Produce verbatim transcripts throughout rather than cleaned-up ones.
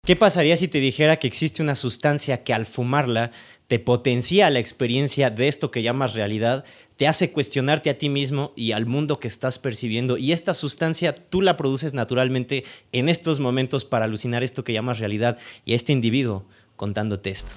¿Qué pasaría si te dijera que existe una sustancia que al fumarla te potencia la experiencia de esto que llamas realidad, te hace cuestionarte a ti mismo y al mundo que estás percibiendo, y esta sustancia tú la produces naturalmente en estos momentos para alucinar esto que llamas realidad y a este individuo contándote esto?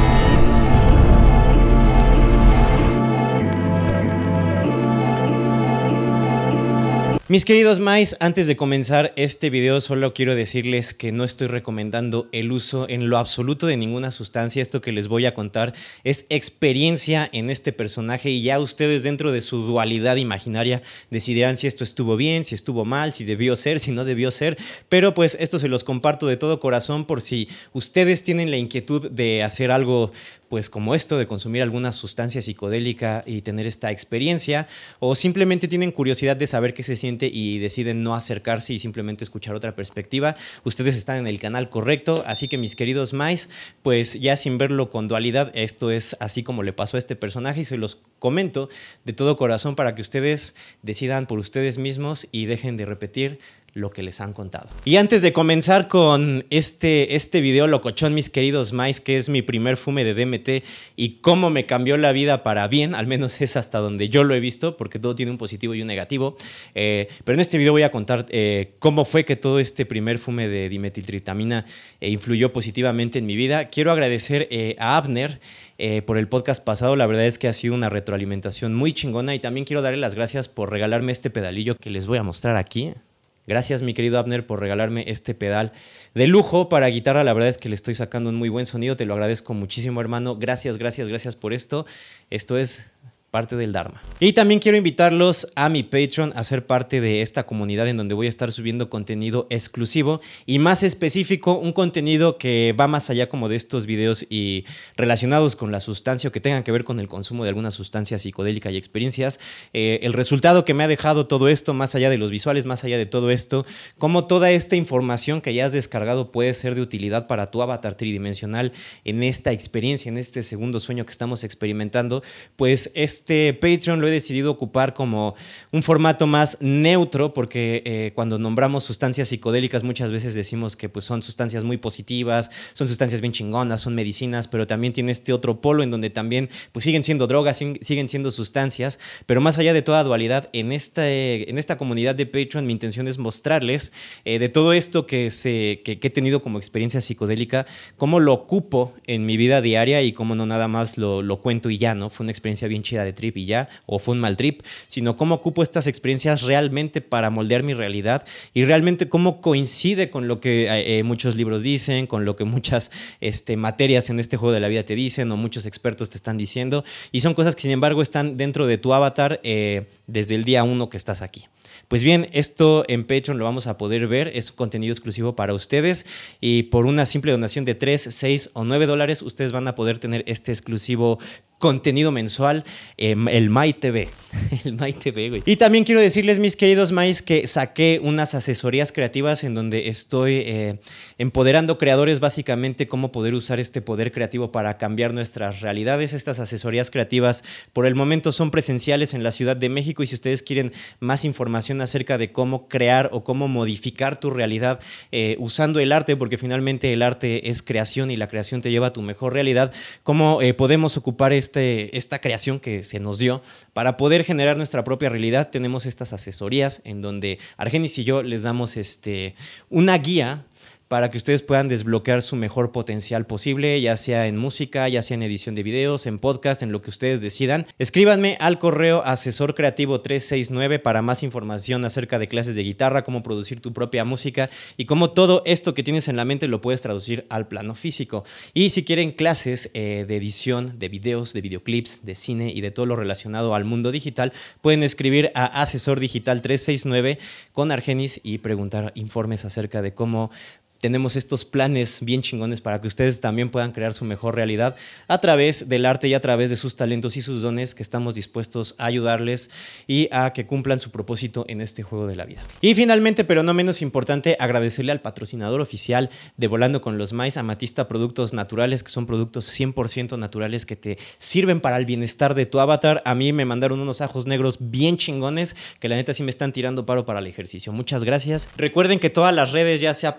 Mis queridos Mice, antes de comenzar este video solo quiero decirles que no estoy recomendando el uso en lo absoluto de ninguna sustancia. Esto que les voy a contar es experiencia en este personaje y ya ustedes dentro de su dualidad imaginaria decidirán si esto estuvo bien, si estuvo mal, si debió ser, si no debió ser, pero pues esto se los comparto de todo corazón por si ustedes tienen la inquietud de hacer algo pues como esto, de consumir alguna sustancia psicodélica y tener esta experiencia, o simplemente tienen curiosidad de saber qué se siente y deciden no acercarse y simplemente escuchar otra perspectiva. Ustedes están en el canal correcto, así que mis queridos Mice, pues ya sin verlo con dualidad, esto es así como le pasó a este personaje y se los comento de todo corazón para que ustedes decidan por ustedes mismos y dejen de repetir lo que les han contado. Y antes de comenzar con este, este video locochón, mis queridos Mice, que es mi primer fume de D M T y cómo me cambió la vida para bien, al menos es hasta donde yo lo he visto, porque todo tiene un positivo y un negativo, eh, pero en este video voy a contar eh, cómo fue que todo este primer fume de dimetiltriptamina eh, influyó positivamente en mi vida. Quiero agradecer eh, a Abner eh, por el podcast pasado, la verdad es que ha sido una retroalimentación muy chingona, y también quiero darle las gracias por regalarme este pedalillo que les voy a mostrar aquí. Gracias, mi querido Abner, por regalarme este pedal de lujo para guitarra. La verdad es que le estoy sacando un muy buen sonido. Te lo agradezco muchísimo, hermano. Gracias, gracias, gracias por esto. Esto es parte del Dharma. Y también quiero invitarlos a mi Patreon a ser parte de esta comunidad en donde voy a estar subiendo contenido exclusivo y más específico, un contenido que va más allá como de estos videos y relacionados con la sustancia o que tengan que ver con el consumo de alguna sustancia psicodélica y experiencias. Eh, el resultado que me ha dejado todo esto, más allá de los visuales, más allá de todo esto, cómo toda esta información que ya has descargado puede ser de utilidad para tu avatar tridimensional en esta experiencia, en este segundo sueño que estamos experimentando, pues es Este Patreon lo he decidido ocupar como un formato más neutro porque eh, cuando nombramos sustancias psicodélicas muchas veces decimos que pues, son sustancias muy positivas, son sustancias bien chingonas, son medicinas, pero también tiene este otro polo en donde también pues, siguen siendo drogas, siguen siendo sustancias, pero más allá de toda dualidad, en esta, eh, en esta comunidad de Patreon mi intención es mostrarles eh, de todo esto que, se, que, que he tenido como experiencia psicodélica, cómo lo ocupo en mi vida diaria y cómo no nada más lo, lo cuento y ya, ¿no? Fue una experiencia bien chida de trip y ya, o fue un mal trip, sino cómo ocupo estas experiencias realmente para moldear mi realidad y realmente cómo coincide con lo que eh, muchos libros dicen, con lo que muchas este, materias en este juego de la vida te dicen o muchos expertos te están diciendo, y son cosas que sin embargo están dentro de tu avatar eh, desde el día uno que estás aquí. Pues bien, esto en Patreon lo vamos a poder ver, es contenido exclusivo para ustedes y por una simple donación de tres, seis o nueve dólares ustedes van a poder tener este exclusivo contenido mensual, eh, el MyTV, el MyTV, güey. Y también quiero decirles, mis queridos Mice, que saqué unas asesorías creativas en donde estoy eh, empoderando creadores básicamente cómo poder usar este poder creativo para cambiar nuestras realidades. Estas asesorías creativas por el momento son presenciales en la Ciudad de México y si ustedes quieren más información acerca de cómo crear o cómo modificar tu realidad eh, usando el arte, porque finalmente el arte es creación y la creación te lleva a tu mejor realidad, cómo eh, podemos ocupar este Este, esta creación que se nos dio para poder generar nuestra propia realidad. Tenemos estas asesorías en donde Argenis y yo les damos este, una guía para que ustedes puedan desbloquear su mejor potencial posible, ya sea en música, ya sea en edición de videos, en podcast, en lo que ustedes decidan. Escríbanme al correo asesor creativo trescientos sesenta y nueve para más información acerca de clases de guitarra, cómo producir tu propia música y cómo todo esto que tienes en la mente lo puedes traducir al plano físico. Y si quieren clases eh, de edición de videos, de videoclips, de cine y de todo lo relacionado al mundo digital, pueden escribir a asesor digital trescientos sesenta y nueve con Argenis y preguntar informes acerca de cómo tenemos estos planes bien chingones para que ustedes también puedan crear su mejor realidad a través del arte y a través de sus talentos y sus dones, que estamos dispuestos a ayudarles y a que cumplan su propósito en este juego de la vida. Y finalmente, pero no menos importante, agradecerle al patrocinador oficial de Volando con los Mice, Amatista Productos Naturales, que son productos cien por ciento naturales que te sirven para el bienestar de tu avatar. A mí me mandaron unos ajos negros bien chingones que la neta sí me están tirando paro para el ejercicio. Muchas gracias. Recuerden que todas las redes, ya sea para contactar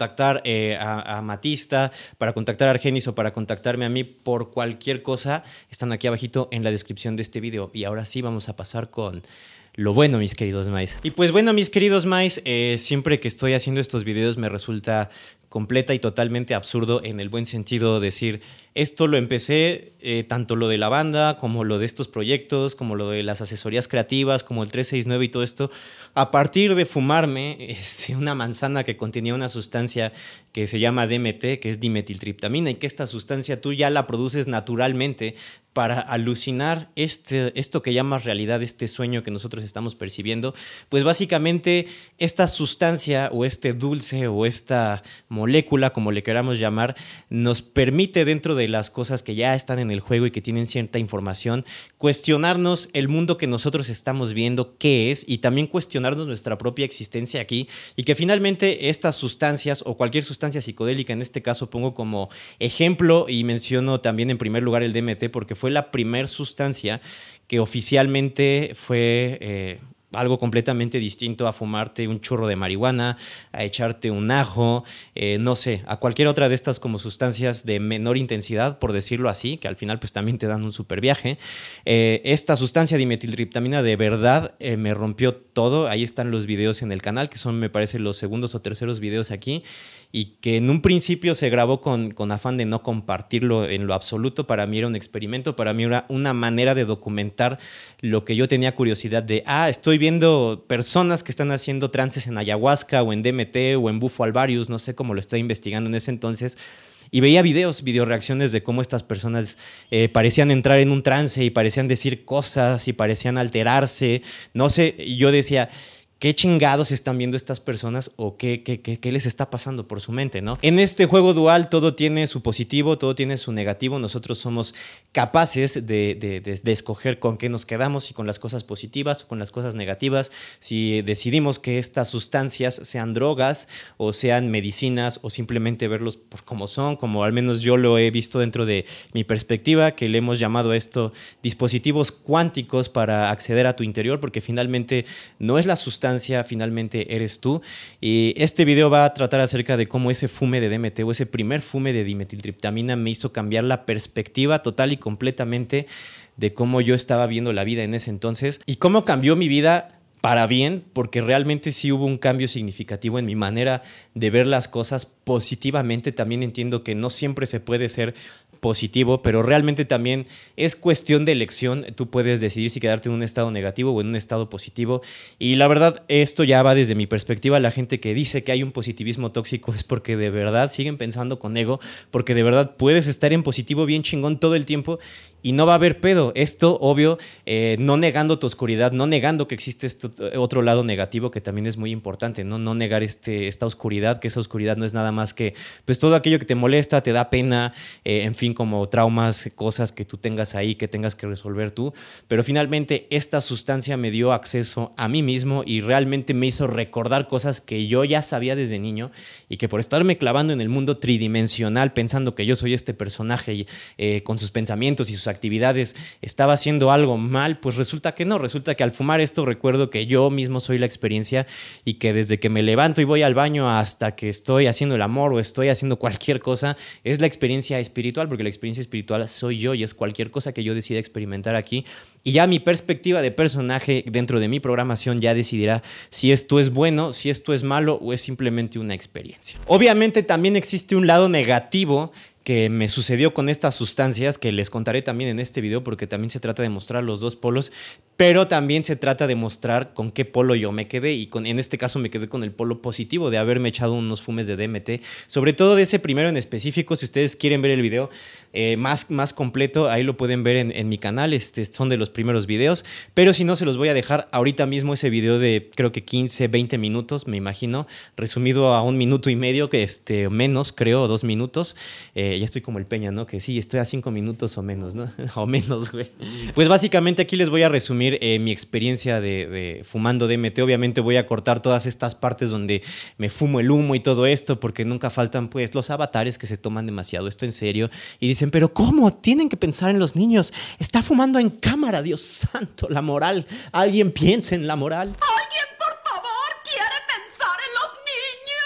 contactar eh, a, a Matista, para contactar a Argenis o para contactarme a mí por cualquier cosa, están aquí abajito en la descripción de este video. Y ahora sí vamos a pasar con lo bueno, mis queridos Mice. Y pues bueno, mis queridos Mice, eh, siempre que estoy haciendo estos videos me resulta completa y totalmente absurdo, en el buen sentido, decir esto lo empecé, eh, tanto lo de la banda como lo de estos proyectos, como lo de las asesorías creativas, como el trescientos sesenta y nueve y todo esto, a partir de fumarme este, una manzana que contenía una sustancia que se llama D M T, que es dimetiltriptamina, y que esta sustancia tú ya la produces naturalmente para alucinar este, esto que llamas realidad, este sueño que nosotros estamos percibiendo. Pues básicamente esta sustancia o este dulce o esta molécula, como le queramos llamar, nos permite, dentro de las cosas que ya están en el juego y que tienen cierta información, cuestionarnos el mundo que nosotros estamos viendo, qué es, y también cuestionarnos nuestra propia existencia aquí, y que finalmente estas sustancias o cualquier sustancia psicodélica, en este caso pongo como ejemplo y menciono también en primer lugar el D M T, porque fue la primer sustancia que oficialmente fue eh, algo completamente distinto a fumarte un churro de marihuana, a echarte un ajo, eh, no sé, a cualquier otra de estas como sustancias de menor intensidad, por decirlo así, que al final pues también te dan un super viaje. Eh, esta sustancia dimetiltriptamina de verdad eh, me rompió todo. Ahí están los videos en el canal, que son, me parece, los segundos o terceros videos aquí, y que en un principio se grabó con, con afán de no compartirlo en lo absoluto. Para mí era un experimento, para mí era una manera de documentar lo que yo tenía curiosidad de, ah, estoy viendo personas que están haciendo trances en ayahuasca o en D M T o en bufo alvarius, no sé cómo lo estaba investigando en ese entonces, y veía videos, video reacciones de cómo estas personas eh, parecían entrar en un trance y parecían decir cosas y parecían alterarse, no sé, y yo decía, ¿qué chingados están viendo estas personas o qué, qué, qué, qué les está pasando por su mente, ¿no? En este juego dual todo tiene su positivo, todo tiene su negativo. Nosotros somos capaces de, de, de, de escoger con qué nos quedamos, si con las cosas positivas o con las cosas negativas. Si decidimos que estas sustancias sean drogas o sean medicinas o simplemente verlos por como son, como al menos yo lo he visto dentro de mi perspectiva, que le hemos llamado esto dispositivos cuánticos para acceder a tu interior, porque finalmente no es la sustancia, finalmente eres tú. Y este video va a tratar acerca de cómo ese fume de D M T o ese primer fume de dimetiltriptamina me hizo cambiar la perspectiva total y completamente de cómo yo estaba viendo la vida en ese entonces y cómo cambió mi vida para bien, porque realmente sí hubo un cambio significativo en mi manera de ver las cosas positivamente. También entiendo que no siempre se puede ser positivo, pero realmente también es cuestión de elección. Tú puedes decidir si quedarte en un estado negativo o en un estado positivo, y la verdad esto ya va desde mi perspectiva. La gente que dice que hay un positivismo tóxico es porque de verdad siguen pensando con ego, porque de verdad puedes estar en positivo bien chingón todo el tiempo y no va a haber pedo. Esto, obvio, eh, no negando tu oscuridad, no negando que existe este otro lado negativo, que también es muy importante, ¿no? No negar este, esta oscuridad, que esa oscuridad no es nada más que pues todo aquello que te molesta, te da pena, eh, en fin, como traumas, cosas que tú tengas ahí, que tengas que resolver tú. Pero finalmente esta sustancia me dio acceso a mí mismo y realmente me hizo recordar cosas que yo ya sabía desde niño, y que por estarme clavando en el mundo tridimensional pensando que yo soy este personaje eh, con sus pensamientos y sus actividades estaba haciendo algo mal, pues resulta que no. Resulta que al fumar esto recuerdo que yo mismo soy la experiencia, y que desde que me levanto y voy al baño hasta que estoy haciendo el amor o estoy haciendo cualquier cosa es la experiencia espiritual, porque la experiencia espiritual soy yo y es cualquier cosa que yo decida experimentar aquí. Y ya mi perspectiva de personaje dentro de mi programación ya decidirá si esto es bueno, si esto es malo o es simplemente una experiencia. Obviamente también existe un lado negativo que me sucedió con estas sustancias, que les contaré también en este video, porque también se trata de mostrar los dos polos, pero también se trata de mostrar con qué polo yo me quedé, y con, en este caso me quedé con el polo positivo de haberme echado unos fumes de D M T, sobre todo de ese primero en específico. Si ustedes quieren ver el video eh, más, más completo, ahí lo pueden ver en, en mi canal, este, son de los primeros videos, pero si no, se los voy a dejar ahorita mismo ese video de creo que quince, veinte minutos, me imagino, resumido a un minuto y medio, que este, menos, creo, dos minutos. eh, ya estoy como el Peña, ¿no? Que sí, estoy a cinco minutos o menos, ¿no? O menos, güey. Pues básicamente aquí les voy a resumir eh, mi experiencia de, de fumando D M T. Obviamente voy a cortar todas estas partes donde me fumo el humo y todo esto, porque nunca faltan pues los avatares que se toman demasiado esto en serio y dicen, pero ¿cómo? Tienen que pensar en los niños. Está fumando en cámara, Dios santo, la moral. Alguien piense en la moral. ¿Alguien, por favor, quiere pensar en los niños?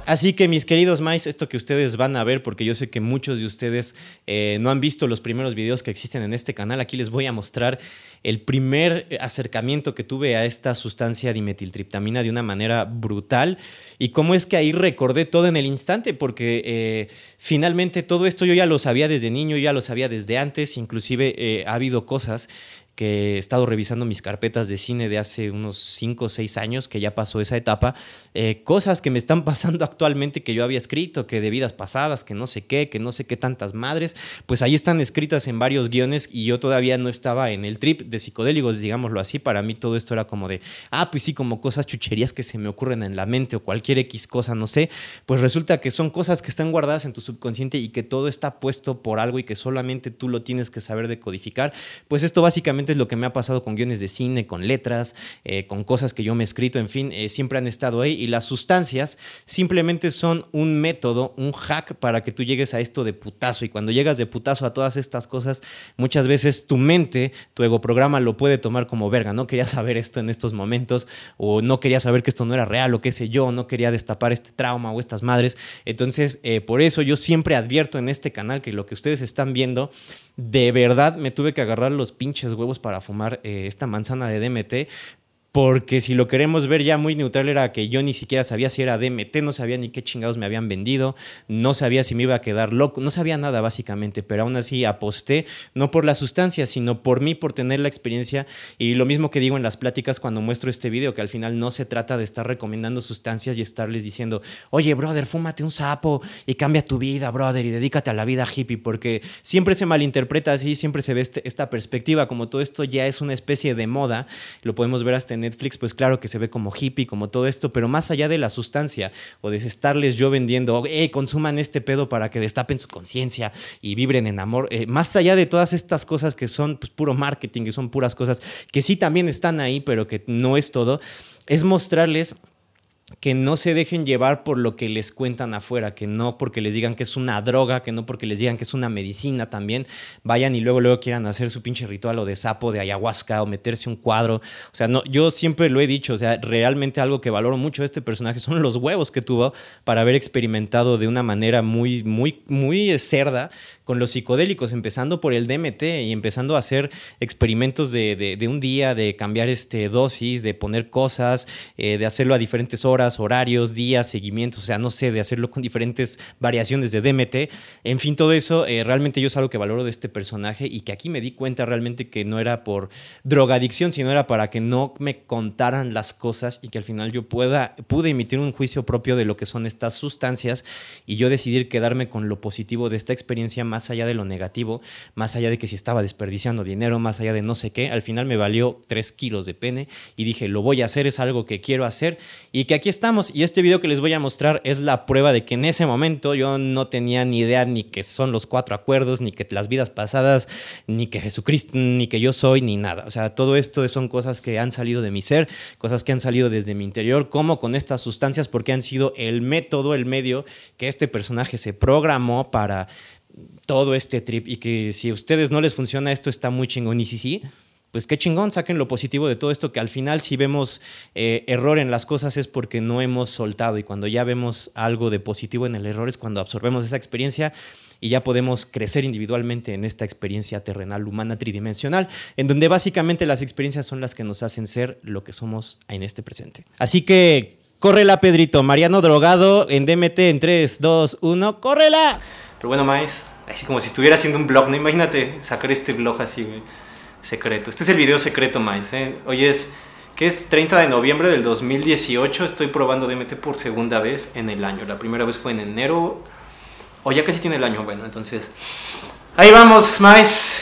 Así que mis queridos Mice, esto que ustedes van a ver, porque yo sé que muchos de ustedes eh, no han visto los primeros videos que existen en este canal, aquí les voy a mostrar el primer acercamiento que tuve a esta sustancia dimetiltriptamina de una manera brutal y cómo es que ahí recordé todo en el instante, porque eh, finalmente todo esto yo ya lo sabía desde niño, ya lo sabía desde antes, inclusive eh, ha habido cosas que he estado revisando mis carpetas de cine de hace unos cinco o seis años, que ya pasó esa etapa, eh, cosas que me están pasando actualmente que yo había escrito, que de vidas pasadas, que no sé qué, que no sé qué tantas madres, pues ahí están escritas en varios guiones y yo todavía no estaba en el trip de psicodélicos, digámoslo así. Para mí todo esto era como de, ah, pues sí, como cosas chucherías que se me ocurren en la mente o cualquier X cosa, no sé, pues resulta que son cosas que están guardadas en tu subconsciente y que todo está puesto por algo y que solamente tú lo tienes que saber decodificar. Pues esto básicamente es lo que me ha pasado con guiones de cine, con letras, eh, con cosas que yo me he escrito, en fin, eh, siempre han estado ahí y las sustancias simplemente son un método, un hack para que tú llegues a esto de putazo y cuando llegas de putazo a todas estas cosas, muchas veces tu mente, tu ego programa lo puede tomar como verga, no quería saber esto en estos momentos o no quería saber que esto no era real o qué sé yo, no quería destapar este trauma o estas madres, entonces eh, por eso yo siempre advierto en este canal que lo que ustedes están viendo, de verdad me tuve que agarrar los pinches huevos para fumar eh, esta manzana de D M T, porque si lo queremos ver ya muy neutral era que yo ni siquiera sabía si era D M T, no sabía ni qué chingados me habían vendido, no sabía si me iba a quedar loco, no sabía nada básicamente, pero aún así aposté, no por la sustancia, sino por mí, por tener la experiencia y lo mismo que digo en las pláticas cuando muestro este video, que al final no se trata de estar recomendando sustancias y estarles diciendo, oye brother, fúmate un sapo y cambia tu vida brother y dedícate a la vida hippie, porque siempre se malinterpreta así, siempre se ve este, esta perspectiva, como todo esto ya es una especie de moda, lo podemos ver hasta en Netflix, pues claro que se ve como hippie, como todo esto, pero más allá de la sustancia o de estarles yo vendiendo, hey, consuman este pedo para que destapen su conciencia y vibren en amor, eh, más allá de todas estas cosas que son pues, puro marketing, que son puras cosas que sí también están ahí, pero que no es todo, es mostrarles que no se dejen llevar por lo que les cuentan afuera, que no porque les digan que es una droga, que no porque les digan que es una medicina también, vayan y luego luego quieran hacer su pinche ritual o de sapo, de ayahuasca o meterse un cuadro. O sea, no, yo siempre lo he dicho, o sea, realmente algo que valoro mucho de este personaje son los huevos que tuvo para haber experimentado de una manera muy, muy, muy cerda con los psicodélicos, empezando por el D M T y empezando a hacer experimentos de, de, de un día, de cambiar este dosis, de poner cosas, eh, de hacerlo a diferentes horas, horarios, días, seguimientos, o sea, no sé, de hacerlo con diferentes variaciones de D M T. En fin, todo eso eh, realmente yo es algo que valoro de este personaje y que aquí me di cuenta realmente que no era por drogadicción, sino era para que no me contaran las cosas y que al final yo pueda, pude emitir un juicio propio de lo que son estas sustancias y yo decidir quedarme con lo positivo de esta experiencia más allá de lo negativo, más allá de que si estaba desperdiciando dinero, más allá de no sé qué. Al final me valió tres kilos de pene y dije, lo voy a hacer, es algo que quiero hacer y que aquí estamos. Y este video que les voy a mostrar es la prueba de que en ese momento yo no tenía ni idea ni que son los cuatro acuerdos, ni que las vidas pasadas, ni que Jesucristo, ni que yo soy, ni nada. O sea, todo esto son cosas que han salido de mi ser, cosas que han salido desde mi interior, como con estas sustancias, porque han sido el método, el medio que este personaje se programó para todo este trip, y que si a ustedes no les funciona esto está muy chingón, y si sí, pues qué chingón, saquen lo positivo de todo esto, que al final si vemos eh, error en las cosas es porque no hemos soltado, y cuando ya vemos algo de positivo en el error es cuando absorbemos esa experiencia y ya podemos crecer individualmente en esta experiencia terrenal, humana, tridimensional, en donde básicamente las experiencias son las que nos hacen ser lo que somos en este presente. Así que córrela, Pedrito. Mariano drogado en D M T en tres, dos, uno, ¡córrela! Pero bueno, Maes, así como si estuviera haciendo un vlog, ¿no? Imagínate sacar este vlog así, güey, secreto. Este es el video secreto, Maes, ¿eh? Hoy es, ¿qué es? treinta de noviembre del dos mil dieciocho. Estoy probando D M T por segunda vez en el año. La primera vez fue en enero, o ya casi tiene el año. Bueno, entonces, ahí vamos, Maes.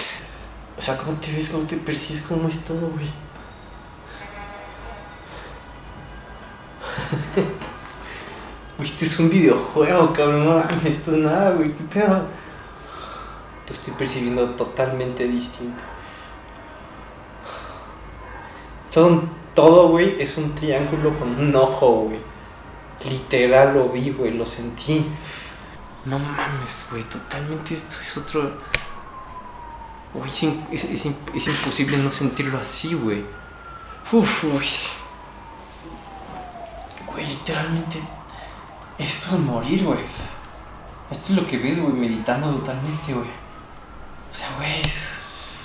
O sea, ¿cómo te ves? ¿Cómo te percibes? ¿Cómo es todo, güey? Esto es un videojuego, cabrón, no mames, esto es nada, güey, qué pedo. Lo estoy percibiendo totalmente distinto. Son todo, güey, es un triángulo con un ojo, güey. Literal lo vi, güey, lo sentí. No mames, güey, totalmente esto es otro... Güey, es, in... es, es, in... es imposible no sentirlo así, güey. Uf, uy. Güey, literalmente... Esto es morir, güey. Esto es lo que ves, güey, meditando totalmente, güey. O sea, güey, es...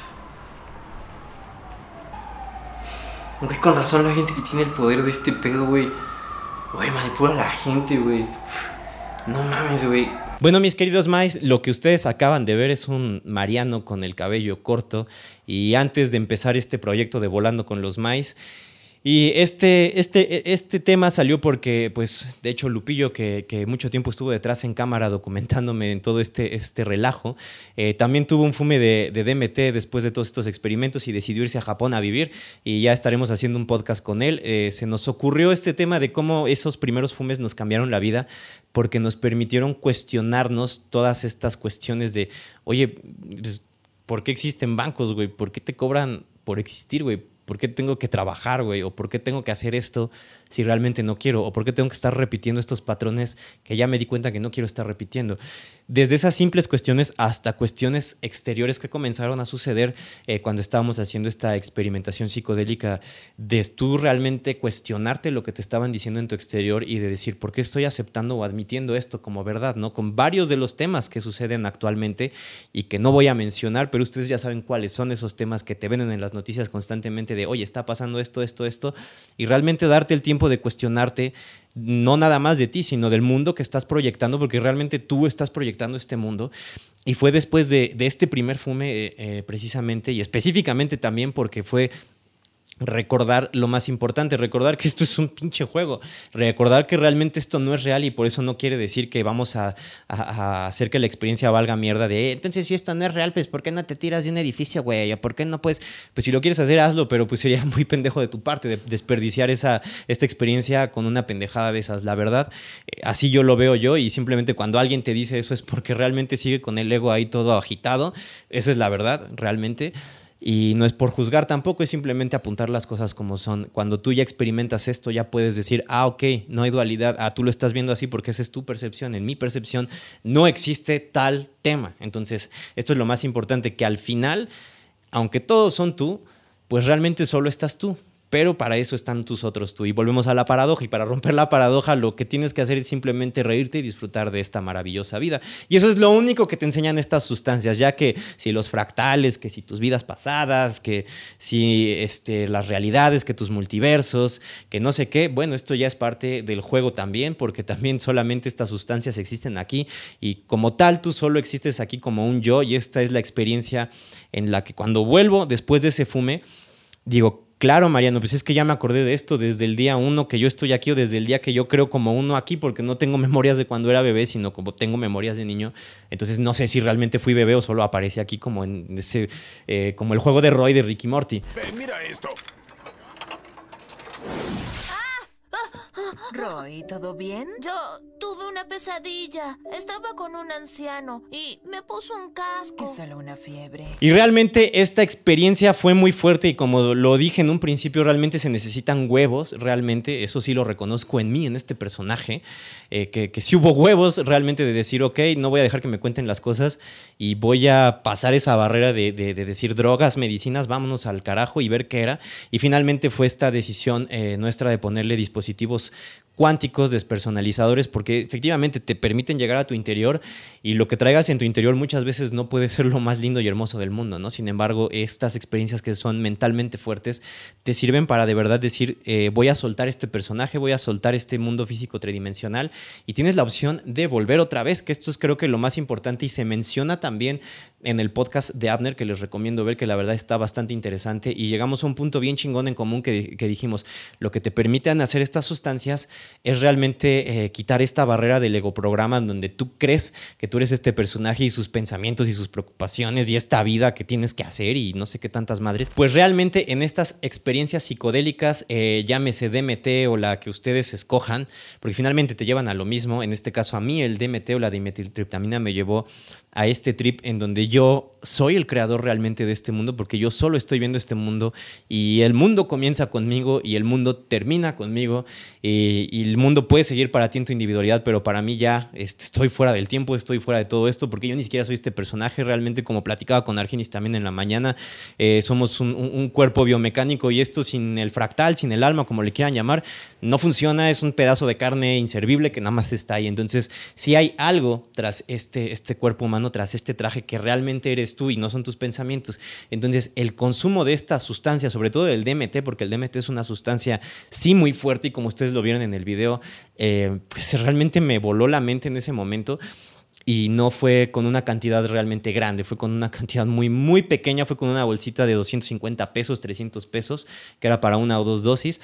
Güey, con razón la gente que tiene el poder de este pedo, güey. Güey, manipula a la gente, güey. No mames, güey. Bueno, mis queridos Mice, lo que ustedes acaban de ver es un Mariano con el cabello corto. Y antes de empezar este proyecto de Volando con los Mice, y este, este, este tema salió porque, pues, de hecho, Lupillo, que, que mucho tiempo estuvo detrás en cámara documentándome en todo este, este relajo, eh, también tuvo un fume de, de D M T después de todos estos experimentos y decidió irse a Japón a vivir, y ya estaremos haciendo un podcast con él. Eh, se nos ocurrió este tema de cómo esos primeros fumes nos cambiaron la vida, porque nos permitieron cuestionarnos todas estas cuestiones de, oye, pues, ¿por qué existen bancos, güey? ¿Por qué te cobran por existir, güey? ¿Por qué tengo que trabajar, güey? ¿O por qué tengo que hacer esto si realmente no quiero? ¿O por qué tengo que estar repitiendo estos patrones que ya me di cuenta que no quiero estar repitiendo? Desde esas simples cuestiones hasta cuestiones exteriores que comenzaron a suceder eh, cuando estábamos haciendo esta experimentación psicodélica, de tú realmente cuestionarte lo que te estaban diciendo en tu exterior y de decir, ¿por qué estoy aceptando o admitiendo esto como verdad, ¿no? Con varios de los temas que suceden actualmente y que no voy a mencionar, pero ustedes ya saben cuáles son esos temas que te venden en las noticias constantemente de, oye, está pasando esto, esto, esto, y realmente darte el tiempo de cuestionarte, no nada más de ti, sino del mundo que estás proyectando, porque realmente tú estás proyectando este mundo. Y fue después de, de este primer fume, eh, eh, precisamente, y específicamente también porque fue recordar lo más importante, recordar que esto es un pinche juego, recordar que realmente esto no es real, y por eso no quiere decir que vamos a, a, a hacer que la experiencia valga mierda de, eh, entonces si esto no es real, pues ¿por qué no te tiras de un edificio, güey? ¿Por qué no puedes? Pues si lo quieres hacer, hazlo, pero pues sería muy pendejo de tu parte de desperdiciar esa, esta experiencia con una pendejada de esas, la verdad. Eh, así yo lo veo yo, y simplemente cuando alguien te dice eso es porque realmente sigue con el ego ahí todo agitado. Esa es la verdad, realmente. Y no es por juzgar tampoco, es simplemente apuntar las cosas como son. Cuando tú ya experimentas esto, ya puedes decir, ah, ok, no hay dualidad, ah, tú lo estás viendo así porque esa es tu percepción. En mi percepción no existe tal tema. Entonces, esto es lo más importante, que al final, aunque todos son tú, pues realmente solo estás tú. Pero para eso están tus otros tú. Y volvemos a la paradoja. Y para romper la paradoja, lo que tienes que hacer es simplemente reírte y disfrutar de esta maravillosa vida. Y eso es lo único que te enseñan estas sustancias. Ya que si los fractales, que si tus vidas pasadas, que si este, las realidades, que tus multiversos, que no sé qué. Bueno, esto ya es parte del juego también, porque también solamente estas sustancias existen aquí. Y como tal, tú solo existes aquí como un yo. Y esta es la experiencia en la que cuando vuelvo después de ese fume, digo, claro, Mariano, pues es que ya me acordé de esto desde el día uno que yo estoy aquí, o desde el día que yo creo como uno aquí, porque no tengo memorias de cuando era bebé, sino como tengo memorias de niño. Entonces no sé si realmente fui bebé o solo aparecí aquí como en ese, eh, como el juego de Roy de Ricky Morty. Ven, mira esto. Roy, ¿todo bien? Yo tuve una pesadilla. Estaba con un anciano y me puso un casco. Es solo una fiebre. Y realmente esta experiencia fue muy fuerte, y como lo dije en un principio, realmente se necesitan huevos, realmente, eso sí lo reconozco en mí, en este personaje, eh, que, que sí hubo huevos realmente de decir, ok, no voy a dejar que me cuenten las cosas y voy a pasar esa barrera de, de, de decir drogas, medicinas, vámonos al carajo y ver qué era. Y finalmente fue esta decisión eh, nuestra de ponerle dispositivos cuánticos despersonalizadores, porque efectivamente te permiten llegar a tu interior, y lo que traigas en tu interior muchas veces no puede ser lo más lindo y hermoso del mundo, ¿no? Sin embargo, estas experiencias que son mentalmente fuertes te sirven para de verdad decir, eh, voy a soltar este personaje, voy a soltar este mundo físico tridimensional, y tienes la opción de volver otra vez, que esto es creo que lo más importante, y se menciona también en el podcast de Abner, que les recomiendo ver, que la verdad está bastante interesante, y llegamos a un punto bien chingón en común que, que dijimos, lo que te permiten hacer estas sustancias es realmente eh, quitar esta barrera del egoprograma, en donde tú crees que tú eres este personaje y sus pensamientos y sus preocupaciones y esta vida que tienes que hacer y no sé qué tantas madres. Pues realmente en estas experiencias psicodélicas, eh, llámese D M T o la que ustedes escojan, porque finalmente te llevan a lo mismo. En este caso a mí el D M T o la dimetiltriptamina me llevó a este trip en donde yo soy el creador realmente de este mundo, porque yo solo estoy viendo este mundo y el mundo comienza conmigo y el mundo termina conmigo y, y el mundo puede seguir para ti en tu individualidad, pero para mí ya estoy fuera del tiempo, estoy fuera de todo esto, porque yo ni siquiera soy este personaje realmente, como platicaba con Argenis también en la mañana. Eh, somos un, un, un cuerpo biomecánico y esto sin el fractal, sin el alma, como le quieran llamar, no funciona, es un pedazo de carne inservible que nada más está ahí. Entonces, si hay algo tras este, este cuerpo humano, tras este traje que realmente eres tú y no son tus pensamientos. Entonces, el consumo de esta sustancia, sobre todo del D M T, porque el D M T es una sustancia sí muy fuerte y como ustedes lo vieron en el video, eh, pues realmente me voló la mente en ese momento. Y no fue con una cantidad realmente grande, fue con una cantidad muy, muy pequeña, fue con una bolsita de doscientos cincuenta pesos, trescientos pesos, que era para una o dos dosis.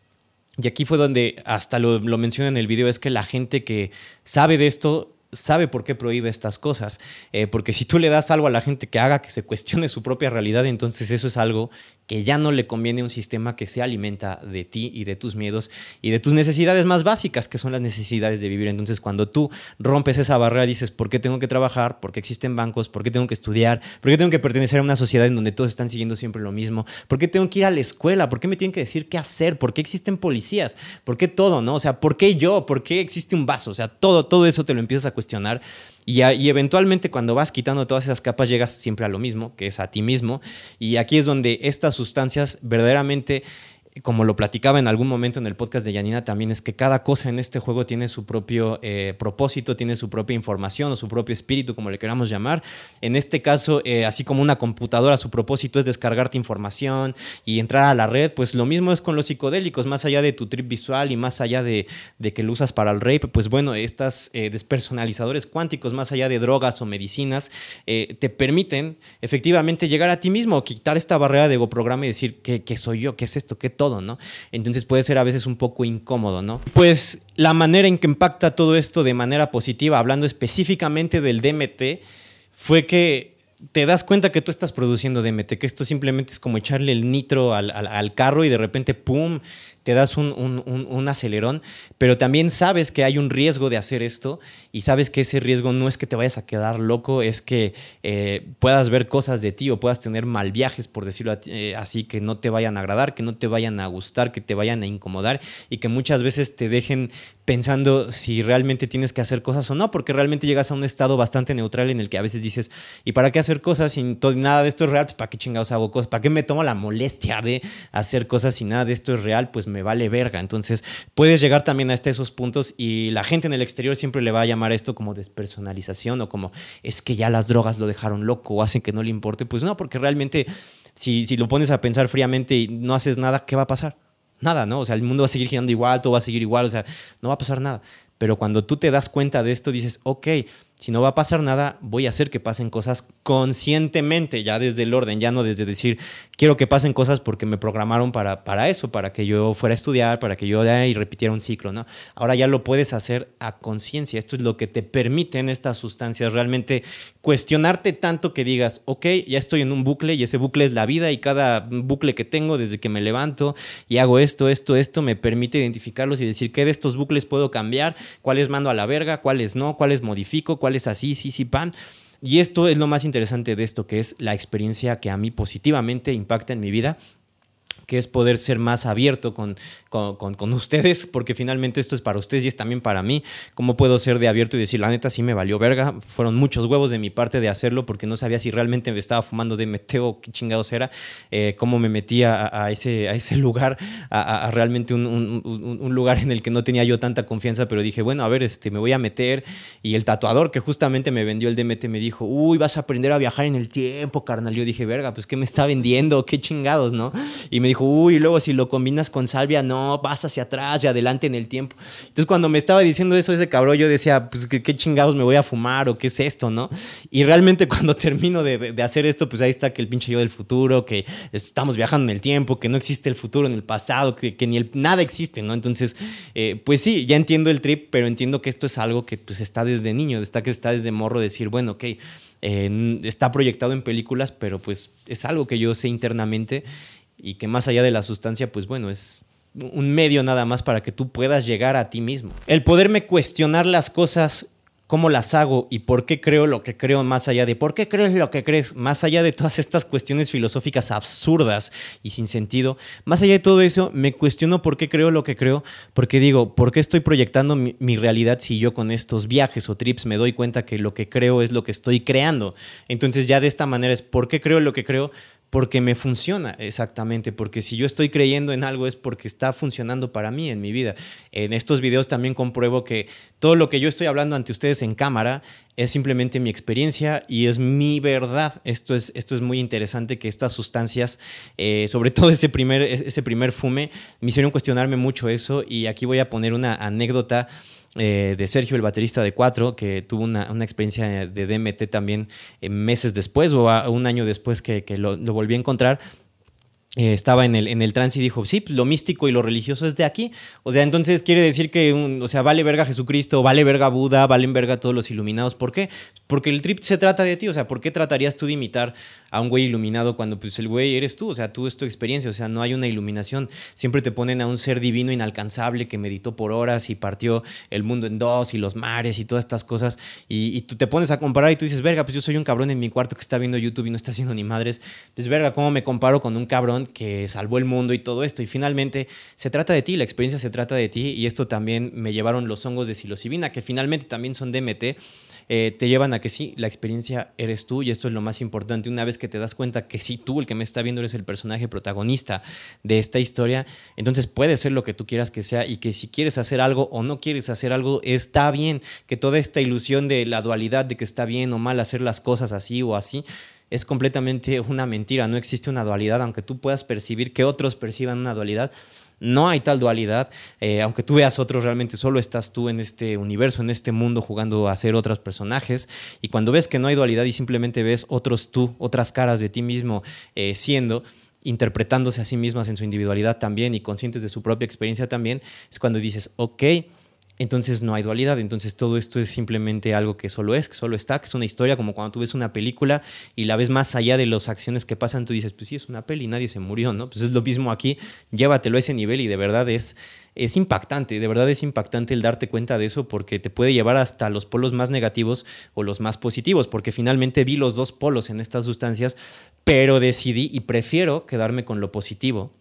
Y aquí fue donde hasta lo, lo menciono en el video, es que la gente que sabe de esto sabe por qué prohíbe estas cosas, eh, porque si tú le das algo a la gente que haga que se cuestione su propia realidad, entonces eso es algo que ya no le conviene a un sistema que se alimenta de ti y de tus miedos y de tus necesidades más básicas, que son las necesidades de vivir. Entonces, cuando tú rompes esa barrera, dices, ¿por qué tengo que trabajar? ¿Por qué existen bancos? ¿Por qué tengo que estudiar? ¿Por qué tengo que pertenecer a una sociedad en donde todos están siguiendo siempre lo mismo? ¿Por qué tengo que ir a la escuela? ¿Por qué me tienen que decir qué hacer? ¿Por qué existen policías? ¿Por qué todo, no? O sea, ¿por qué yo? ¿Por qué existe un vaso? O sea, todo, todo eso te lo empiezas a cuestionar y, a, y eventualmente cuando vas quitando todas esas capas llegas siempre a lo mismo, que es a ti mismo. Y aquí es donde estas sustancias verdaderamente, como lo platicaba en algún momento en el podcast de Janina también, es que cada cosa en este juego tiene su propio eh, propósito, tiene su propia información o su propio espíritu, como le queramos llamar. En este caso, eh, así como una computadora, su propósito es descargarte información y entrar a la red, pues lo mismo es con los psicodélicos, más allá de tu trip visual y más allá de, de que lo usas para el rape, pues bueno, estas eh, despersonalizadores cuánticos, más allá de drogas o medicinas, eh, te permiten efectivamente llegar a ti mismo, quitar esta barrera de egoprograma y decir, ¿qué, qué soy yo? ¿Qué es esto? ¿Qué todo, ¿no? Entonces puede ser a veces un poco incómodo, ¿no? Pues la manera en que impacta todo esto de manera positiva, hablando específicamente del D M T, fue que te das cuenta que tú estás produciendo D M T, que esto simplemente es como echarle el nitro al, al, al carro y de repente, ¡pum!, te das un, un, un, un acelerón, pero también sabes que hay un riesgo de hacer esto y sabes que ese riesgo no es que te vayas a quedar loco, es que eh, puedas ver cosas de ti o puedas tener mal viajes, por decirlo eh, así, que no te vayan a agradar, que no te vayan a gustar, que te vayan a incomodar y que muchas veces te dejen pensando si realmente tienes que hacer cosas o no, porque realmente llegas a un estado bastante neutral en el que a veces dices, ¿y para qué hacer cosas si todo, nada de esto es real? Pues ¿para qué chingados hago cosas? ¿Para qué me tomo la molestia de hacer cosas si nada de esto es real? Pues me vale verga. Entonces puedes llegar también hasta esos puntos y la gente en el exterior siempre le va a llamar esto como despersonalización o como es que ya las drogas lo dejaron loco o hacen que no le importe. Pues no, porque realmente si, si lo pones a pensar fríamente y no haces nada, ¿qué va a pasar? Nada, ¿no? O sea, el mundo va a seguir girando igual, todo va a seguir igual, o sea, no va a pasar nada. Pero cuando tú te das cuenta de esto, dices, ok, si no va a pasar nada, voy a hacer que pasen cosas conscientemente, ya desde el orden, ya no desde decir, quiero que pasen cosas porque me programaron para, para eso, para que yo fuera a estudiar, para que yo eh, y repitiera un ciclo, ¿no? Ahora ya lo puedes hacer a conciencia. Esto es lo que te permiten estas sustancias, realmente cuestionarte tanto que digas, ok, ya estoy en un bucle y ese bucle es la vida y cada bucle que tengo desde que me levanto y hago esto, esto, esto, me permite identificarlos y decir qué de estos bucles puedo cambiar, cuáles mando a la verga, cuáles no, cuáles modifico, cuáles así, sí, sí, pan. Y esto es lo más interesante de esto, que es la experiencia que a mí positivamente impacta en mi vida, que es poder ser más abierto con, con, con, con ustedes, porque finalmente esto es para ustedes y es también para mí. ¿Cómo puedo ser de abierto y decir, la neta sí me valió verga? Fueron muchos huevos de mi parte de hacerlo porque no sabía si realmente me estaba fumando D M T o qué chingados era. Eh, cómo me metía a, a, ese, a ese lugar, a, a realmente un, un, un, un lugar en el que no tenía yo tanta confianza, pero dije, bueno, a ver, este, me voy a meter. Y el tatuador que justamente me vendió el D M T me dijo, uy, vas a aprender a viajar en el tiempo, carnal. Yo dije, verga, pues ¿qué me está vendiendo? ¿Qué chingados, no? Y me dijo, uy, y luego si lo combinas con salvia, no, vas hacia atrás y adelante en el tiempo. Entonces cuando me estaba diciendo eso ese cabrón, yo decía, pues ¿qué, qué chingados me voy a fumar o qué es esto, ¿no? Y realmente cuando termino de, de, de hacer esto, pues ahí está que el pinche yo del futuro, que estamos viajando en el tiempo, que no existe el futuro en el pasado, que, que ni el, nada existe, ¿no? Entonces, eh, pues sí, ya entiendo el trip, pero entiendo que esto es algo que pues está desde niño, está que está desde morro, decir, bueno, ok, eh, está proyectado en películas, pero pues es algo que yo sé internamente y que más allá de la sustancia, pues bueno, es un medio nada más para que tú puedas llegar a ti mismo. El poderme cuestionar las cosas cómo las hago y por qué creo lo que creo, más allá de por qué crees lo que crees, más allá de todas estas cuestiones filosóficas absurdas y sin sentido, más allá de todo eso, me cuestiono por qué creo lo que creo, porque digo, ¿por qué estoy proyectando mi, mi realidad si yo con estos viajes o trips me doy cuenta que lo que creo es lo que estoy creando? Entonces ya de esta manera es ¿por qué creo lo que creo? Porque me funciona, exactamente, porque si yo estoy creyendo en algo es porque está funcionando para mí en mi vida. En estos videos también compruebo que todo lo que yo estoy hablando ante ustedes en cámara es simplemente mi experiencia y es mi verdad. Esto es, esto es muy interesante, que estas sustancias, eh, sobre todo ese primer, ese primer fume, me hicieron cuestionarme mucho eso, y aquí voy a poner una anécdota Eh, de Sergio, el baterista de Cuatro, que tuvo una, una experiencia de D M T también eh, meses después o a, un año después que, que lo, lo volví a encontrar. Eh, estaba en el, en el trance y dijo, sí, lo místico y lo religioso es de aquí. O sea, entonces quiere decir que, un, o sea, vale verga Jesucristo, vale verga Buda, valen verga todos los iluminados. ¿Por qué? Porque el trip se trata de ti. O sea, ¿por qué tratarías tú de imitar a un güey iluminado cuando pues el güey eres tú? O sea, tú es tu experiencia, o sea, no hay una iluminación. Siempre te ponen a un ser divino inalcanzable que meditó por horas y partió el mundo en dos y los mares y todas estas cosas, y, y tú te pones a comparar y tú dices, verga, pues yo soy un cabrón en mi cuarto que está viendo YouTube y no está haciendo ni madres. Pues verga, ¿cómo me comparo con un cabrón que salvó el mundo y todo esto? Y finalmente se trata de ti, la experiencia se trata de ti, y esto también me llevaron los hongos de psilocibina, que finalmente también son D M T. Eh, te llevan a que sí, la experiencia eres tú, y esto es lo más importante. Una vez que te das cuenta que sí, tú, el que me está viendo, eres el personaje protagonista de esta historia, entonces puede ser lo que tú quieras que sea, y que si quieres hacer algo o no quieres hacer algo, está bien. Que toda esta ilusión de la dualidad, de que está bien o mal hacer las cosas así o así, es completamente una mentira. No existe una dualidad, aunque tú puedas percibir que otros perciban una dualidad. No hay tal dualidad, eh, aunque tú veas otros, realmente solo estás tú en este universo, en este mundo, jugando a ser otros personajes. Y cuando ves que no hay dualidad y simplemente ves otros tú, otras caras de ti mismo eh, siendo, interpretándose a sí mismas en su individualidad también y conscientes de su propia experiencia también, es cuando dices, ok, entonces no hay dualidad. Entonces todo esto es simplemente algo que solo es, que solo está, que es una historia, como cuando tú ves una película y la ves más allá de las acciones que pasan, tú dices, pues sí, es una peli, nadie se murió, ¿no? Pues es lo mismo aquí, llévatelo a ese nivel, y de verdad es, es impactante, de verdad es impactante el darte cuenta de eso, porque te puede llevar hasta los polos más negativos o los más positivos, porque finalmente vi los dos polos en estas sustancias, pero decidí y prefiero quedarme con lo positivo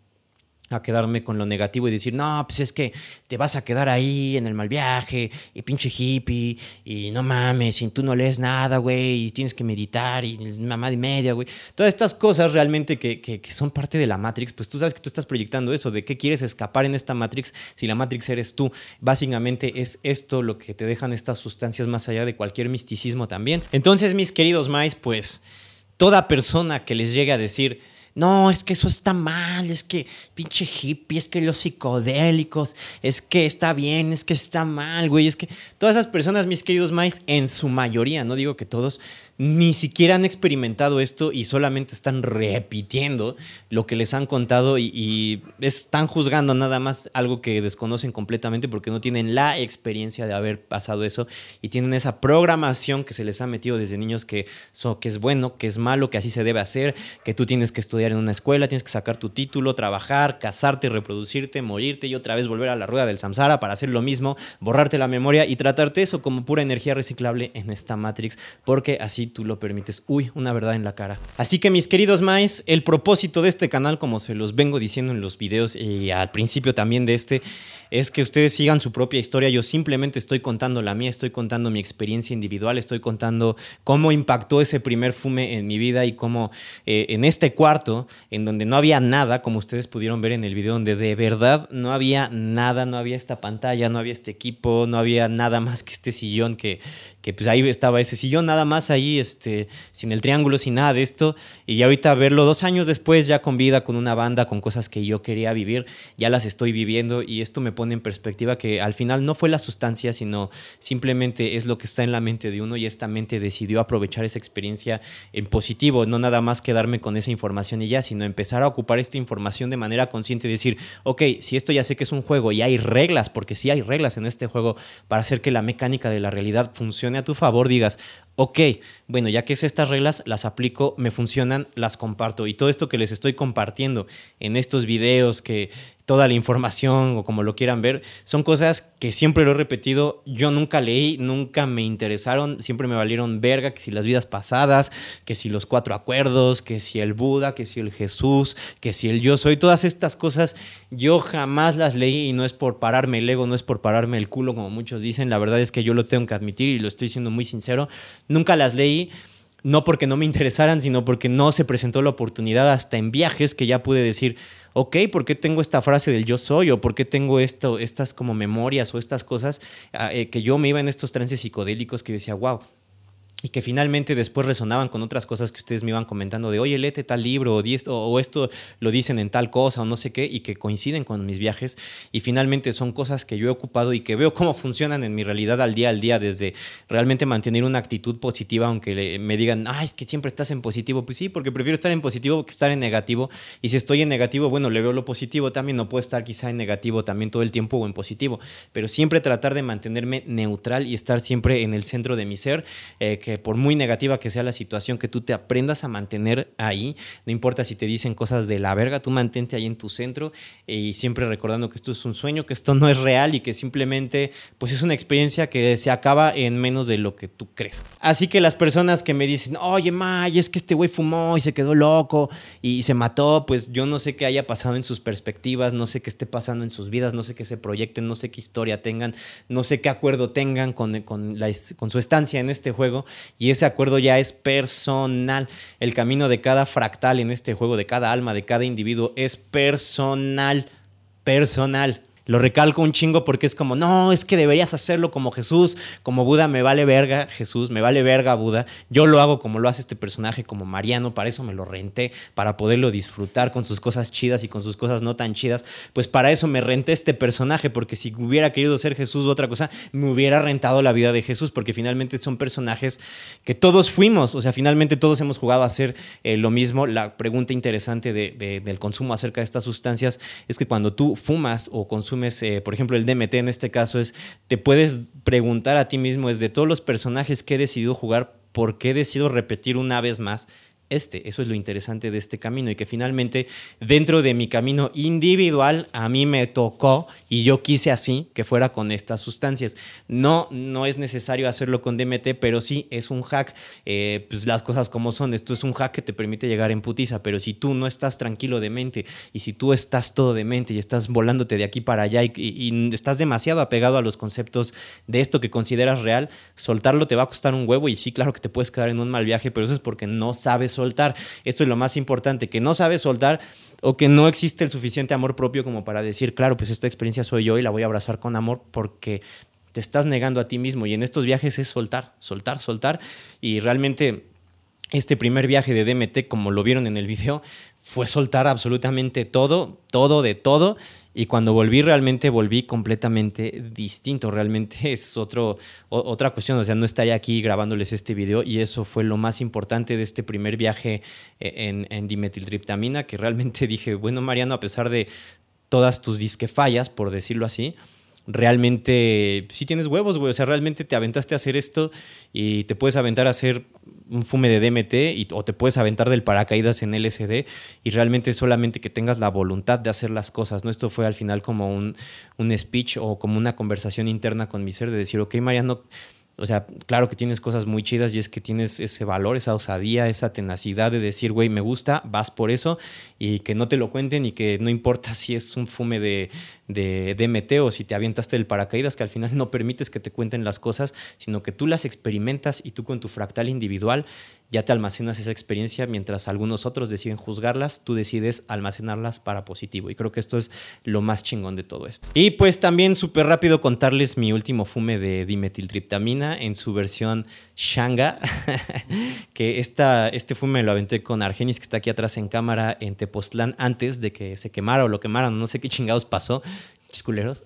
a quedarme con lo negativo y decir, no, pues es que te vas a quedar ahí en el mal viaje y pinche hippie y no mames, y tú no lees nada, güey, y tienes que meditar y mamá de media, güey. Todas estas cosas realmente que, que, que son parte de la Matrix, pues tú sabes que tú estás proyectando eso, de qué quieres escapar en esta Matrix si la Matrix eres tú. Básicamente es esto lo que te dejan estas sustancias, más allá de cualquier misticismo también. Entonces, mis queridos Mice, pues toda persona que les llegue a decir, no, es que eso está mal, es que pinche hippie, es que los psicodélicos, es que está bien, es que está mal, güey, es que todas esas personas, mis queridos Mice, en su mayoría, no digo que todos, ni siquiera han experimentado esto y solamente están repitiendo lo que les han contado, y, y están juzgando nada más algo que desconocen completamente, porque no tienen la experiencia de haber pasado eso, y tienen esa programación que se les ha metido desde niños, que, so, que es bueno, que es malo, que así se debe hacer, que tú tienes que estudiar en una escuela, tienes que sacar tu título, trabajar, casarte, reproducirte, morirte y otra vez volver a la rueda del samsara para hacer lo mismo, borrarte la memoria y tratarte eso como pura energía reciclable en esta Matrix, porque así tú lo permites. Uy, una verdad en la cara. Así que, mis queridos Mice, el propósito de este canal, como se los vengo diciendo en los videos y al principio también de este, es que ustedes sigan su propia historia. Yo simplemente estoy contando la mía, estoy contando mi experiencia individual, estoy contando cómo impactó ese primer fume en mi vida y cómo eh, en este cuarto, en donde no había nada, como ustedes pudieron ver en el video, donde de verdad no había nada, no había esta pantalla, no había este equipo, no había nada más que este sillón, que, que pues ahí estaba ese sillón, nada más ahí, este, sin el triángulo, sin nada de esto, y ahorita verlo dos años después, ya con vida, con una banda, con cosas que yo quería vivir, ya las estoy viviendo, y esto me pone en perspectiva que al final no fue la sustancia, sino simplemente es lo que está en la mente de uno, y esta mente decidió aprovechar esa experiencia en positivo, no nada más quedarme con esa información y ya, sino empezar a ocupar esta información de manera consciente y decir, ok, si esto ya sé que es un juego y hay reglas, porque sí hay reglas en este juego para hacer que la mecánica de la realidad funcione a tu favor, digas, ok, bueno, ya que sé estas reglas, las aplico, me funcionan, las comparto. Y todo esto que les estoy compartiendo en estos videos, que toda la información o como lo quieran ver, son cosas que siempre lo he repetido, yo nunca leí, nunca me interesaron, siempre me valieron verga, que si las vidas pasadas, que si los cuatro acuerdos, que si el Buda, que si el Jesús, que si el yo soy, todas estas cosas yo jamás las leí y no es por pararme el ego, no es por pararme el culo como muchos dicen, la verdad es que yo lo tengo que admitir y lo estoy siendo muy sincero, nunca las leí. No porque no me interesaran, sino porque no se presentó la oportunidad hasta en viajes que ya pude decir, ok, ¿por qué tengo esta frase del yo soy? ¿O por qué tengo esto, estas como memorias o estas cosas eh, que yo me iba en estos trances psicodélicos que yo decía, wow? Y que finalmente después resonaban con otras cosas que ustedes me iban comentando de, oye, léete tal libro, o, esto, o esto lo dicen en tal cosa, o no sé qué, y que coinciden con mis viajes. Y finalmente son cosas que yo he ocupado y que veo cómo funcionan en mi realidad al día al día, desde realmente mantener una actitud positiva, aunque me digan, ah, es que siempre estás en positivo. Pues sí, porque prefiero estar en positivo que estar en negativo. Y si estoy en negativo, bueno, le veo lo positivo también. No puedo estar quizá en negativo también todo el tiempo o en positivo. Pero siempre tratar de mantenerme neutral y estar siempre en el centro de mi ser, eh, que que por muy negativa que sea la situación, que tú te aprendas a mantener ahí, no importa si te dicen cosas de la verga, tú mantente ahí en tu centro y siempre recordando que esto es un sueño, que esto no es real y que simplemente pues es una experiencia que se acaba en menos de lo que tú crees. Así que las personas que me dicen, oye May, es que este güey fumó y se quedó loco y se mató, pues yo no sé qué haya pasado en sus perspectivas, no sé qué esté pasando en sus vidas, no sé qué se proyecten, no sé qué historia tengan, no sé qué acuerdo tengan con, con, la, con su estancia en este juego. Y ese acuerdo ya es personal. El camino de cada fractal en este juego, de cada alma, de cada individuo, es personal. Personal. Lo recalco un chingo porque es como, no, es que deberías hacerlo como Jesús, como Buda, me vale verga Jesús, me vale verga Buda. Yo lo hago como lo hace este personaje, como Mariano, para eso me lo renté, para poderlo disfrutar con sus cosas chidas y con sus cosas no tan chidas. Pues para eso me renté este personaje, porque si hubiera querido ser Jesús u otra cosa, me hubiera rentado la vida de Jesús, porque finalmente son personajes que todos fuimos, o sea, finalmente todos hemos jugado a hacer eh, lo mismo. La pregunta interesante de, de, del consumo acerca de estas sustancias es que cuando tú fumas o consumes Eh, por ejemplo el D M T en este caso, es te puedes preguntar a ti mismo, es de todos los personajes que he decidido jugar, ¿por qué decido repetir una vez más este? Eso es lo interesante de este camino, y que finalmente dentro de mi camino individual a mí me tocó y yo quise así que fuera con estas sustancias. No, no es necesario hacerlo con D M T, pero sí es un hack, eh, pues las cosas como son. Esto es un hack que te permite llegar en putiza, pero si tú no estás tranquilo de mente y si tú estás todo de mente y estás volándote de aquí para allá y, y, y estás demasiado apegado a los conceptos de esto que consideras real, soltarlo te va a costar un huevo. Y sí, claro que te puedes quedar en un mal viaje, pero eso es porque no sabes soltar. Esto es lo más importante, que no sabes soltar o que no existe el suficiente amor propio como para decir, claro, pues esta experiencia soy yo y la voy a abrazar con amor, porque te estás negando a ti mismo. Y en estos viajes es soltar, soltar, soltar. Y realmente este primer viaje de D M T, como lo vieron en el video, fue soltar absolutamente todo, todo de todo. Y cuando volví, realmente volví completamente distinto. Realmente es otro, o, otra cuestión. O sea, no estaría aquí grabándoles este video, y eso fue lo más importante de este primer viaje en, en dimetiltriptamina, que realmente dije, bueno, Mariano, a pesar de todas tus disque fallas, por decirlo así, realmente sí tienes huevos, güey. O sea, realmente te aventaste a hacer esto y te puedes aventar a hacer un fume de D M T y, o te puedes aventar del paracaídas en L S D, y realmente solamente que tengas la voluntad de hacer las cosas, ¿no? Esto fue al final como un, un speech o como una conversación interna con mi ser, de decir, ok, Mariano, o sea, claro que tienes cosas muy chidas, y es que tienes ese valor, esa osadía, esa tenacidad de decir, güey, me gusta, vas por eso, y que no te lo cuenten, y que no importa si es un fume de, de D M T o si te avientaste del paracaídas, que al final no permites que te cuenten las cosas, sino que tú las experimentas y tú con tu fractal individual ya te almacenas esa experiencia, mientras algunos otros deciden juzgarlas, tú decides almacenarlas para positivo. Y creo que esto es lo más chingón de todo esto. Y pues también súper rápido contarles mi último fume de dimetiltriptamina en su versión Shanga, que esta, este fume lo aventé con Argenis, que está aquí atrás en cámara, en Tepoztlán, antes de que se quemara o lo quemaran, no sé qué chingados pasó, culeros.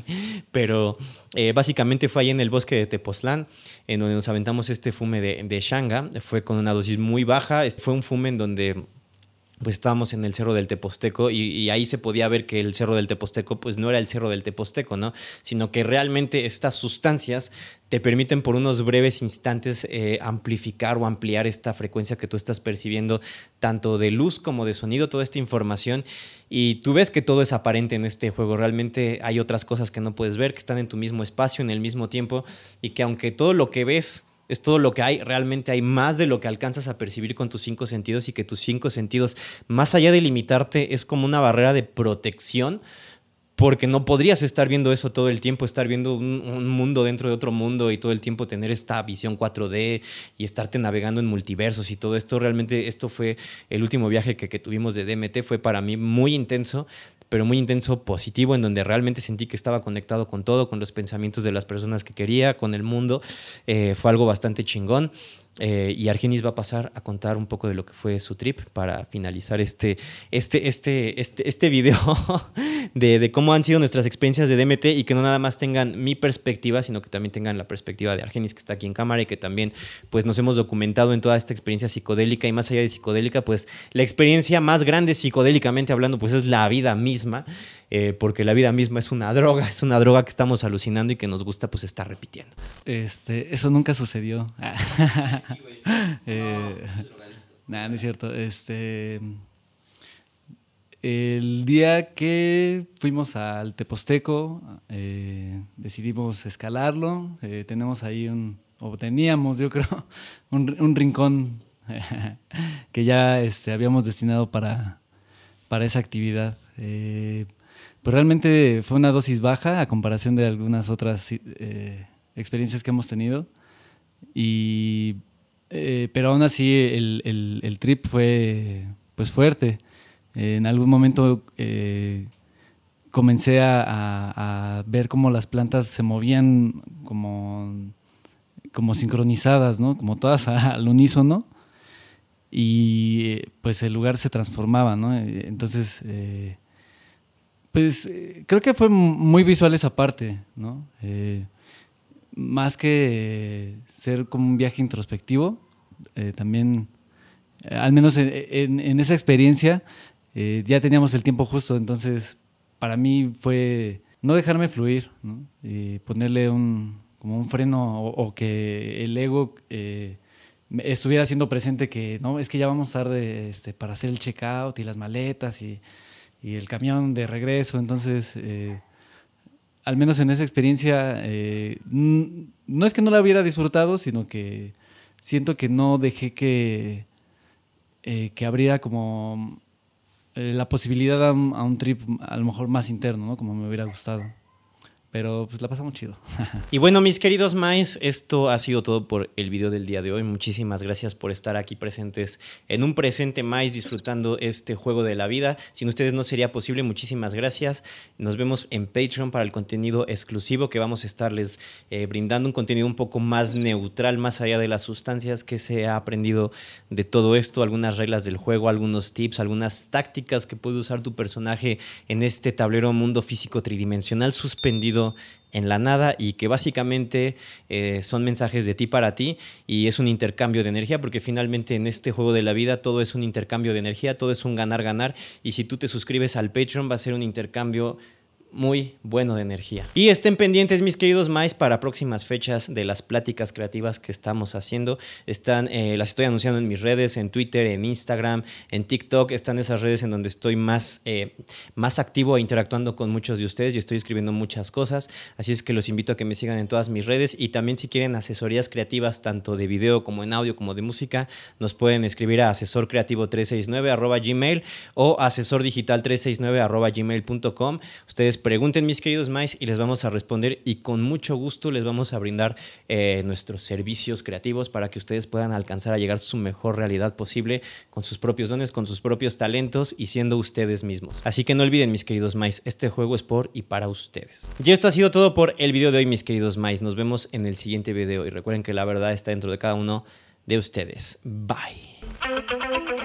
Pero eh, básicamente fue ahí en el bosque de Tepoztlán en donde nos aventamos este fume de, de Shanga. Fue con una dosis muy baja, fue un fume en donde pues estábamos en el Cerro del Teposteco y, y ahí se podía ver que el Cerro del Teposteco pues no era el Cerro del Teposteco, ¿no? Sino que realmente estas sustancias te permiten por unos breves instantes eh, amplificar o ampliar esta frecuencia que tú estás percibiendo, tanto de luz como de sonido, toda esta información, y tú ves que todo es aparente en este juego. Realmente hay otras cosas que no puedes ver, que están en tu mismo espacio, en el mismo tiempo, y que aunque todo lo que ves es todo lo que hay, realmente hay más de lo que alcanzas a percibir con tus cinco sentidos, y que tus cinco sentidos, más allá de limitarte, es como una barrera de protección, porque no podrías estar viendo eso todo el tiempo, estar viendo un, un mundo dentro de otro mundo y todo el tiempo tener esta visión cuatro D y estarte navegando en multiversos y todo esto. Realmente esto fue el último viaje que, que tuvimos de D M T, fue para mí muy intenso, pero muy intenso positivo, en donde realmente sentí que estaba conectado con todo, con los pensamientos de las personas que quería, con el mundo. Eh, fue algo bastante chingón. Eh, y Argenis va a pasar a contar un poco de lo que fue su trip para finalizar este, este, este, este, este video de, de cómo han sido nuestras experiencias de D M T, y que no nada más tengan mi perspectiva, sino que también tengan la perspectiva de Argenis, que está aquí en cámara, y que también pues nos hemos documentado en toda esta experiencia psicodélica. Y más allá de psicodélica, pues la experiencia más grande psicodélicamente hablando pues es la vida misma, eh, porque la vida misma es una droga, es una droga que estamos alucinando y que nos gusta pues estar repitiendo. Este, eso nunca sucedió. Sí, güey. eh, No, Nada, no es cierto. Este, el día que fuimos al Teposteco, eh, decidimos escalarlo. Eh, tenemos ahí un, o teníamos, yo creo, un, un rincón que ya este, habíamos destinado para, para esa actividad. Eh, pues realmente fue una dosis baja a comparación de algunas otras eh, experiencias que hemos tenido. Y Eh, pero aún así el, el, el trip fue pues fuerte. Eh, en algún momento eh, comencé a, a, a ver cómo las plantas se movían como, como sincronizadas, ¿no? Como todas al unísono, y pues el lugar se transformaba, ¿no? Entonces eh, pues eh, creo que fue muy visual esa parte, ¿no? Eh, más que ser como un viaje introspectivo, eh, también, eh, al menos en, en, en esa experiencia, eh, ya teníamos el tiempo justo. Entonces para mí fue no dejarme fluir, ¿no? Y ponerle un, como un freno, o, o que el ego eh, estuviera haciendo presente que no, es que ya vamos tarde este, para hacer el checkout y las maletas y, y el camión de regreso. Entonces eh, al menos en esa experiencia, eh, no es que no la hubiera disfrutado, sino que siento que no dejé que, eh, que abriera como eh, la posibilidad a un, a un trip a lo mejor más interno, ¿no? Como me hubiera gustado. Pero pues la pasamos chido. Y bueno, mis queridos Mice, esto ha sido todo por el video del día de hoy. Muchísimas gracias por estar aquí presentes en un presente Mice, disfrutando este juego de la vida. Sin ustedes no sería posible. Muchísimas gracias. Nos vemos en Patreon para el contenido exclusivo, que vamos a estarles eh, brindando un contenido un poco más neutral, más allá de las sustancias, que se ha aprendido de todo esto, algunas reglas del juego, algunos tips, algunas tácticas que puede usar tu personaje en este tablero mundo físico tridimensional suspendido en la nada, y que básicamente eh, son mensajes de ti para ti, y es un intercambio de energía, porque finalmente en este juego de la vida todo es un intercambio de energía, todo es un ganar-ganar, y si tú te suscribes al Patreon va a ser un intercambio muy bueno de energía. Y estén pendientes, mis queridos Mice, para próximas fechas de las pláticas creativas que estamos haciendo. Están, eh, las estoy anunciando en mis redes, en Twitter, en Instagram, en TikTok. Están esas redes en donde estoy más, eh, más activo e interactuando con muchos de ustedes, y estoy escribiendo muchas cosas. Así es que los invito a que me sigan en todas mis redes, y también si quieren asesorías creativas, tanto de video como en audio como de música, nos pueden escribir a asesor creativo trescientos sesenta y nueve arroba gmail o asesor digital trescientos sesenta y nueve arroba gmail punto com. Ustedes pregunten, mis queridos Mice, y les vamos a responder, y con mucho gusto les vamos a brindar eh, nuestros servicios creativos para que ustedes puedan alcanzar a llegar a su mejor realidad posible, con sus propios dones, con sus propios talentos, y siendo ustedes mismos. Así que no olviden, mis queridos Mice, este juego es por y para ustedes. Y esto ha sido todo por el video de hoy, mis queridos Mice. Nos vemos en el siguiente video, y recuerden que la verdad está dentro de cada uno de ustedes. Bye.